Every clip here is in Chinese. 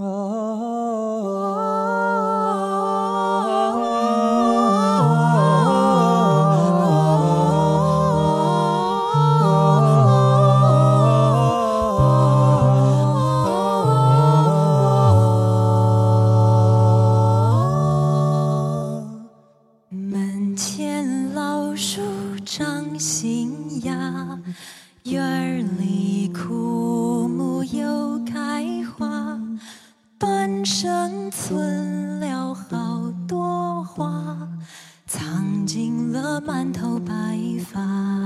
门前老树长新芽，院儿里枯木又开花，半生存了好多话，藏进了满头白发。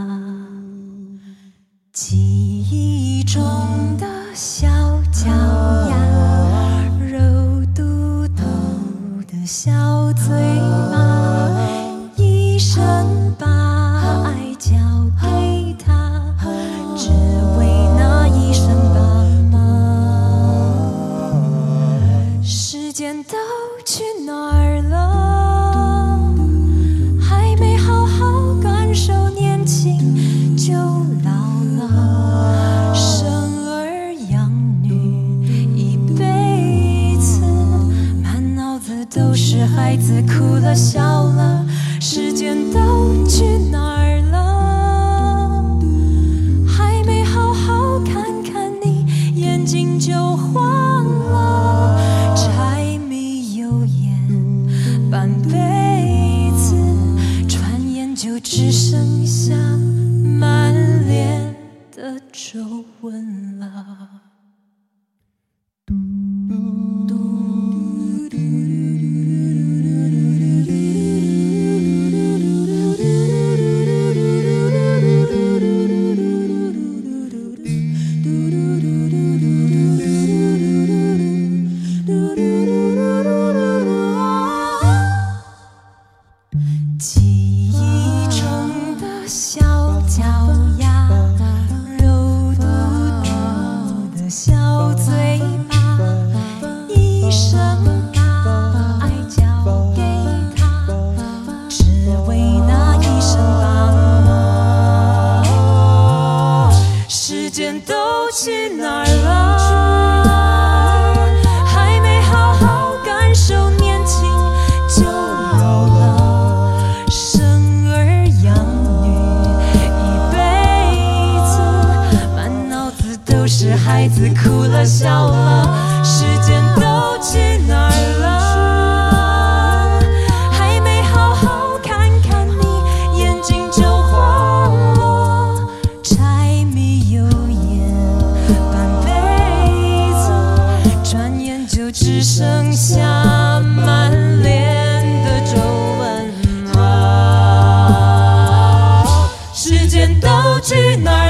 记忆中的小脚丫，肉嘟嘟的小嘴巴，一生把爱交给他，只为那一声爸妈。时间都去哪儿了？还没好好感受年轻就老了。生儿养女一辈子，满脑子都是孩子哭了笑了。时间都去哪儿了？还没好好看看你，眼睛就黄了。柴米油盐半辈子，转眼就只剩下满脸的皱纹了。记忆中的小脚丫，肉嘟嘟的小嘴巴，一生把爱交给他，只为那一声爸妈。时间都去哪儿了？还没好好感受年轻就老了。生儿养女一辈子，满脑子都是孩子哭了笑了。时间都去哪儿了？还没好好看看你，眼睛就黄了。柴米油盐半辈子，转眼就只剩下满脸的皱纹了。时间都去哪儿